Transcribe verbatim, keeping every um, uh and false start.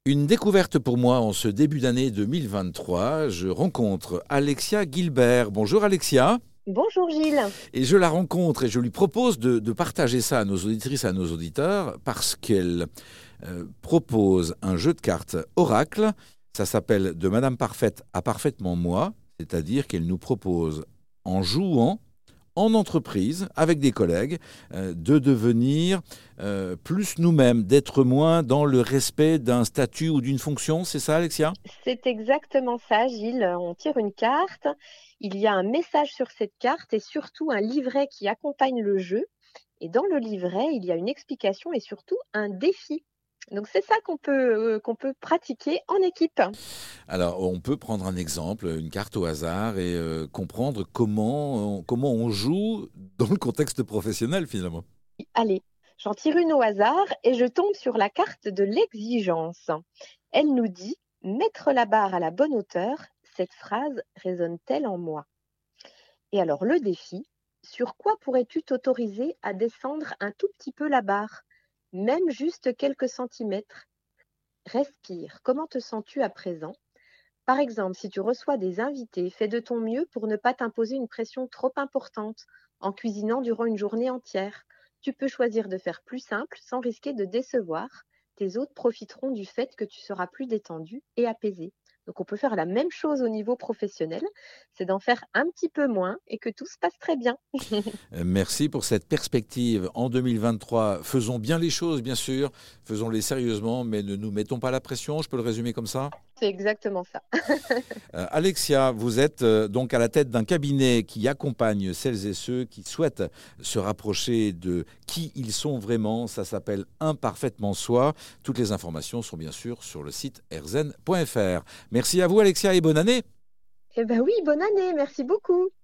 Une découverte pour moi en ce début d'année deux mille vingt-trois. Je rencontre Alexia Gilbert. Bonjour Alexia. Bonjour Gilles. Et je la rencontre et je lui propose de, de partager ça à nos auditrices et à nos auditeurs parce qu'elle euh, propose un jeu de cartes Oracle. Ça s'appelle De Madame Parfaite à Parfaitement Moi, c'est-à-dire qu'elle nous propose, en jouant en entreprise, avec des collègues, euh, de devenir euh, plus nous-mêmes, d'être moins dans le respect d'un statut ou d'une fonction. C'est ça, Alexia ? C'est exactement ça, Gilles. On tire une carte, il y a un message sur cette carte et surtout un livret qui accompagne le jeu. Et dans le livret, il y a une explication et surtout un défi. Donc c'est ça qu'on peut, euh, qu'on peut pratiquer en équipe. Alors, on peut prendre un exemple, une carte au hasard et euh, comprendre comment on, comment on joue dans le contexte professionnel, finalement. Allez, j'en tire une au hasard et je tombe sur la carte de l'exigence. Elle nous dit « Mettre la barre à la bonne hauteur, cette phrase résonne-t-elle en moi ?» Et alors le défi, sur quoi pourrais-tu t'autoriser à descendre un tout petit peu la barre, même juste quelques centimètres? Respire, comment te sens-tu à présent? Par exemple, si tu reçois des invités, fais de ton mieux pour ne pas t'imposer une pression trop importante en cuisinant durant une journée entière. Tu peux choisir de faire plus simple sans risquer de décevoir. Tes hôtes profiteront du fait que tu seras plus détendu et apaisé. Donc on peut faire la même chose au niveau professionnel, c'est d'en faire un petit peu moins et que tout se passe très bien. Euh, Merci pour cette perspective. En deux mille vingt-trois, faisons bien les choses, bien sûr. Faisons-les sérieusement, mais ne nous mettons pas la pression. Je peux le résumer comme ça ? C'est exactement ça. Euh, Alexia, vous êtes euh, donc à la tête d'un cabinet qui accompagne celles et ceux qui souhaitent se rapprocher de qui ils sont vraiment. Ça s'appelle Imparfaitement Soi. Toutes les informations sont bien sûr sur le site erzen point f r. Merci à vous Alexia et bonne année. Eh bien oui, bonne année, merci beaucoup.